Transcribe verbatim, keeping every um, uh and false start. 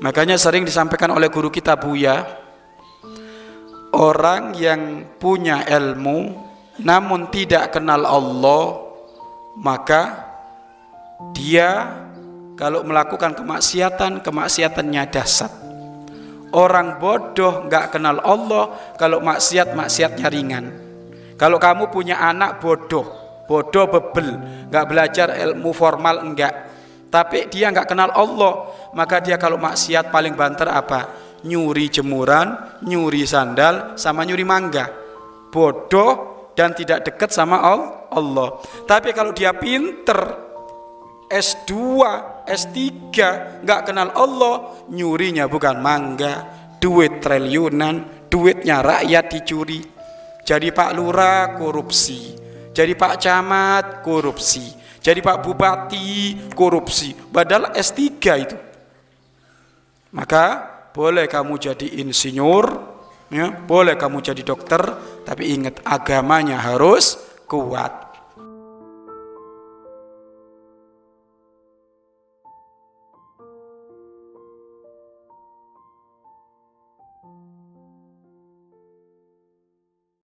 Makanya sering disampaikan oleh guru kita Buya, orang yang punya ilmu namun tidak kenal Allah, maka dia kalau melakukan kemaksiatan, kemaksiatannya dahsyat. Orang bodoh nggak kenal Allah, kalau maksiat, maksiatnya ringan. Kalau kamu punya anak bodoh, bodoh bebel, nggak belajar ilmu formal enggak, tapi dia nggak kenal Allah, maka dia kalau maksiat paling banter apa? Nyuri jemuran, nyuri sandal, sama nyuri mangga. Bodoh dan tidak dekat sama Allah. Tapi kalau dia pinter, S dua, S tiga, nggak kenal Allah, nyurinya bukan mangga, duit triliunan, duitnya rakyat dicuri. Jadi Pak Lurah korupsi, jadi Pak Camat korupsi, jadi Pak Bupati korupsi, padahal S tiga itu. Maka boleh kamu jadi insinyur, ya, boleh kamu jadi dokter, tapi ingat agamanya harus kuat.